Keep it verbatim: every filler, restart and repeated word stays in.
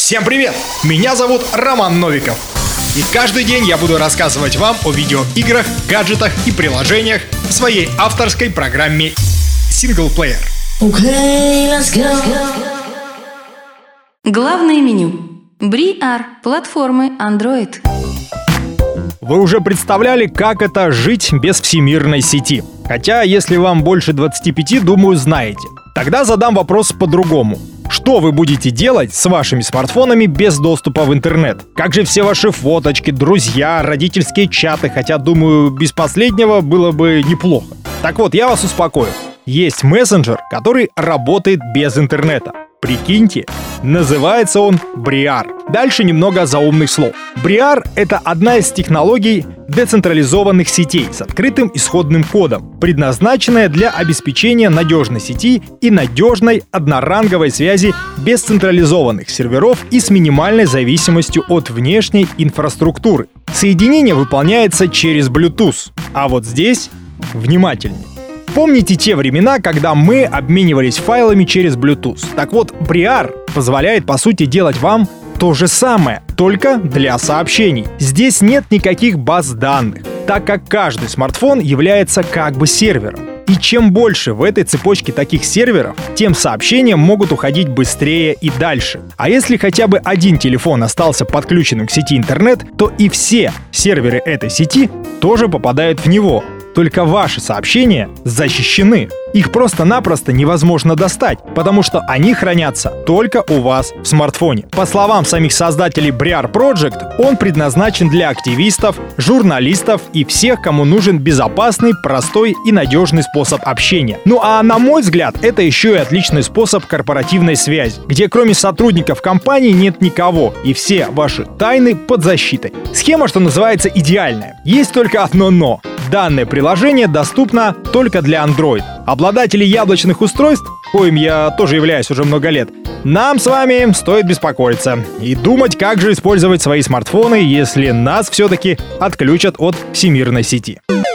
Всем привет! Меня зовут Роман Новиков. И каждый день я буду рассказывать вам о видеоиграх, гаджетах и приложениях в своей авторской программе «Синглплеер». Okay, let's go. Главное меню. Бриар. Платформы Android. Вы уже представляли, как это жить без всемирной сети? Хотя, если вам больше двадцати пяти, думаю, знаете. Тогда задам вопрос по-другому. Что вы будете делать с вашими смартфонами без доступа в интернет? Как же все ваши фоточки, друзья, родительские чаты? Хотя, думаю, без последнего было бы неплохо. Так вот, я вас успокою. Есть мессенджер, который работает без интернета. Прикиньте, называется он Бриар. Дальше немного заумных слов. Бриар — это одна из технологий децентрализованных сетей с открытым исходным кодом, предназначенная для обеспечения надежной сети и надежной одноранговой связи без централизованных серверов и с минимальной зависимостью от внешней инфраструктуры. Соединение выполняется через Bluetooth. А вот здесь внимательнее. Помните те времена, когда мы обменивались файлами через Bluetooth? Так вот, Бриар позволяет, по сути, делать вам то же самое, только для сообщений. Здесь нет никаких баз данных, так как каждый смартфон является как бы сервером. И чем больше в этой цепочке таких серверов, тем сообщения могут уходить быстрее и дальше. А если хотя бы один телефон остался подключенным к сети интернет, то и все серверы этой сети тоже попадают в него. Только ваши сообщения защищены. Их просто-напросто невозможно достать, потому что они хранятся только у вас в смартфоне. По словам самих создателей Бриар Project, он предназначен для активистов, журналистов и всех, кому нужен безопасный, простой и надежный способ общения. Ну а на мой взгляд, это еще и отличный способ корпоративной связи, где кроме сотрудников компании нет никого, и все ваши тайны под защитой. Схема, что называется, идеальная. Есть только одно «но». Данное приложение доступно только для Android. Обладатели яблочных устройств, коим я тоже являюсь уже много лет, нам с вами стоит беспокоиться и думать, как же использовать свои смартфоны, если нас все-таки отключат от всемирной сети.